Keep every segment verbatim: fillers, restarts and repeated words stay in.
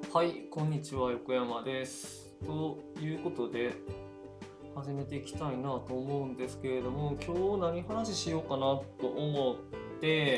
はい、こんにちは、横山です。ということで、始めていきたいなと思うんですけれども、今日何話しようかなと思って、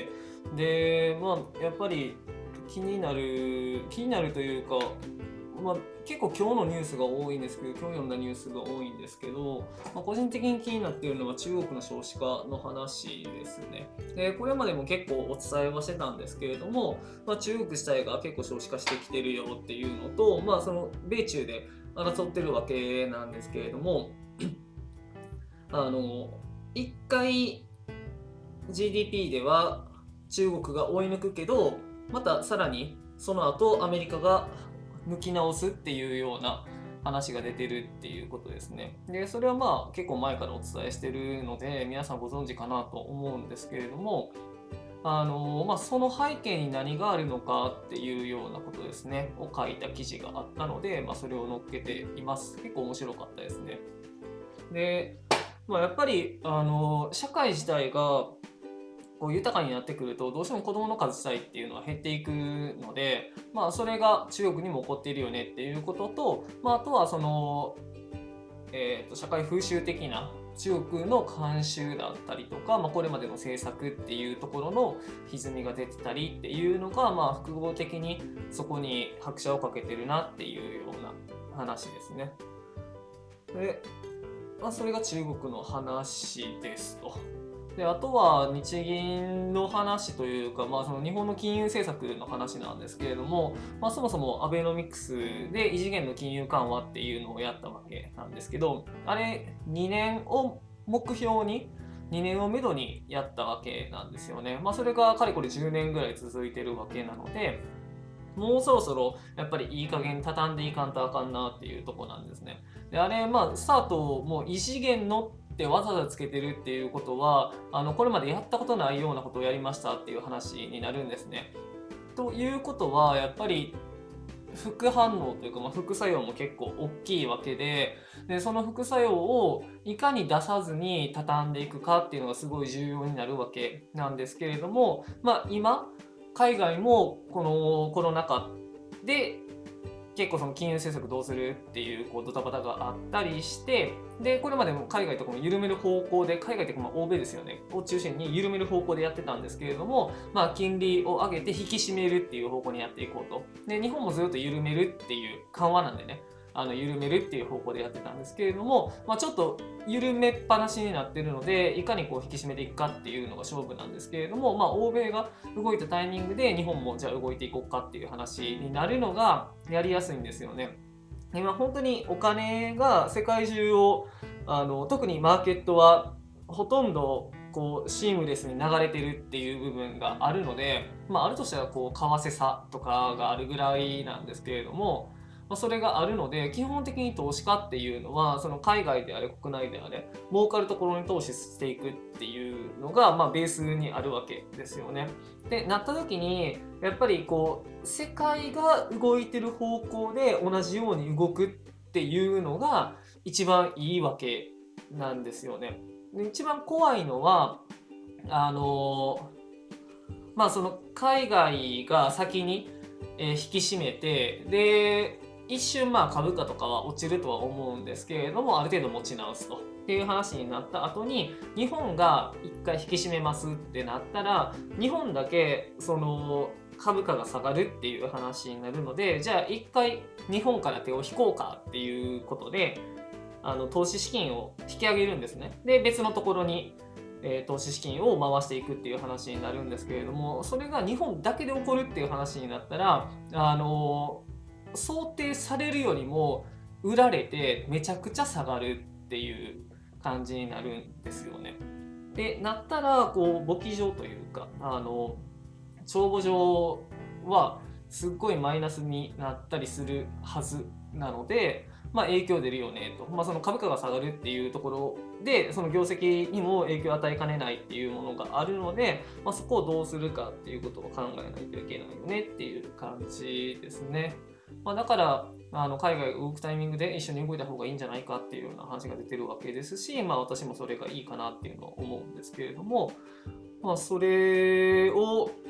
で、まあ、やっぱり気になる、気になるというか、まあ、結構今日のニュースが多いんですけど、今日読んだニュースが多いんですけど、まあ、個人的に気になっているのは中国の少子化の話ですね。で、これまでも結構お伝えはしてたんですけれども、まあ、中国自体が結構少子化してきてるよっていうのと、まあ、その米中で争ってるわけなんですけれども、あの、一回 ジーディーピー では中国が追い抜くけど、またさらにその後アメリカが抜き直すっていうような話が出てるっていうことですね。で、それはまあ結構前からお伝えしてるので、皆さんご存知かなと思うんですけれども、あのまあ、その背景に何があるのかっていうようなことですね、を書いた記事があったので、まあ、それを載っけています。結構面白かったですね。で、まあ、やっぱりあの社会自体がこう豊かになってくるとどうしても子どもの数自体っていうのは減っていくので、まあ、それが中国にも起こっているよねっていうことと、まあ、あとはその、えー、と社会風習的な中国の慣習だったりとか、まあ、これまでの政策っていうところの歪みが出てたりっていうのが、まあ、複合的にそこに拍車をかけてるなっていうような話ですね。で、まあ、それが中国の話ですと。で、あとは日銀の話というか、まあ、その日本の金融政策の話なんですけれども、まあ、そもそもアベノミクスで異次元の金融緩和っていうのをやったわけなんですけど、あれにねんを目標ににねんをめどにやったわけなんですよね。まあ、それがかれこれじゅうねんぐらい続いてるわけなので、もうそろそろやっぱりいい加減畳んでいかんとあかんなっていうとこなんですね。で、あれ、まあ、スタートも異次元のってわざわざつけてるっていうことは、あのこれまでやったことないようなことをやりましたっていう話になるんですね。ということは、やっぱり副反応というか、まあ、副作用も結構大きいわけで、でその副作用をいかに出さずに畳んでいくかっていうのがすごい重要になるわけなんですけれども、まあ、今海外もこのコロナ禍で結構その金融政策どうするっていうこうドタバタがあったりして、でこれまでも海外とかも緩める方向で、海外というかまあ欧米ですよねを中心に緩める方向でやってたんですけれども、まあ、金利を上げて引き締めるっていう方向にやっていこうと。で日本もずっと緩めるっていう緩和なんでね、あの緩めるっていう方向でやってたんですけれども、まあ、ちょっと緩めっぱなしになってるので、いかにこう引き締めていくかっていうのが勝負なんですけれども、まあ、欧米が動いたタイミングで日本もじゃあ動いていこうかっていう話になるのがやりやすいんですよね。今本当にお金が世界中をあの特にマーケットはほとんどこうシームレスに流れてるっていう部分があるので、まあ、あるとしたらこう為替差とかがあるぐらいなんですけれども、まあ、それがあるので基本的に投資家っていうのはその海外であれ国内であれ儲かるところに投資していくっていうのが、まあ、ベースにあるわけですよね。でなった時にやっぱりこう世界が動いてる方向で同じように動くっていうのが一番いいわけなんですよね。で一番怖いのはあのまあその海外が先にえー引き締めて、で一瞬まあ株価とかは落ちるとは思うんですけれども、ある程度持ち直すとっていう話になった後に日本が一回引き締めますってなったら、日本だけその株価が下がるっていう話になるので、じゃあ一回日本から手を引こうかっていうことで、あの投資資金を引き上げるんですね。で別のところにえー、投資資金を回していくっていう話になるんですけれども、それが日本だけで起こるっていう話になったら、あのー想定されるよりも売られてめちゃくちゃ下がるっていう感じになるんですよね。でなったらこう簿記上というか、あの帳簿上はすっごいマイナスになったりするはずなので、まあ、影響出るよねと、まあ、その株価が下がるっていうところでその業績にも影響を与えかねないっていうものがあるので、まあ、そこをどうするかっていうことを考えないといけないよねっていう感じですね。まあ、だからあの海外が動くタイミングで一緒に動いた方がいいんじゃないかっていうような話が出てるわけですし、まあ、私もそれがいいかなっていうのは思うんですけれども、まあ、それを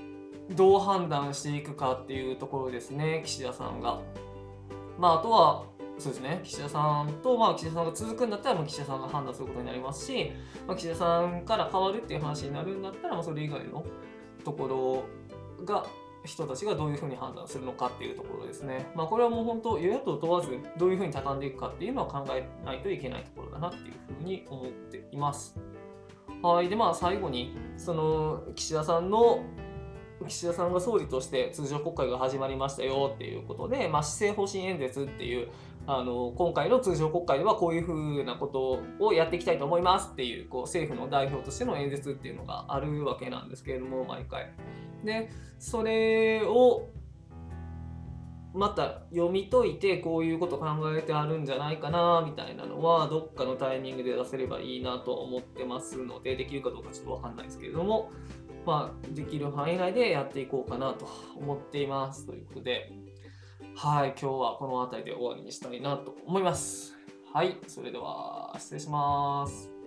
どう判断していくかっていうところですね、岸田さんが。まあ、あとは、そうですね、岸田さんと、まあ、岸田さんが続くんだったら、もう岸田さんが判断することになりますし、まあ、岸田さんから変わるっていう話になるんだったら、まあ、それ以外のところが、人たちがどういうふうに判断するのかっていうところですね。まあ、これはもう本当、与野党問わず、どういうふうに畳んでいくかっていうのは考えないといけないところだなっていうふうに思っています。はい。で、まあ、最後に、その、岸田さんの、岸田さんが総理として通常国会が始まりましたよっていうことで、まあ、施政方針演説っていう、あの今回の通常国会ではこういうふうなことをやっていきたいと思いますっていう、こう政府の代表としての演説っていうのがあるわけなんですけれども、毎回。で、それをまた読み解いて、こういうこと考えてあるんじゃないかなみたいなのは、どっかのタイミングで出せればいいなと思ってますので、できるかどうかちょっとわかんないですけれども、まあ、できる範囲内でやっていこうかなと思っています。ということで、はい、今日はこの辺りで終わりにしたいなと思います。はい、それでは失礼します。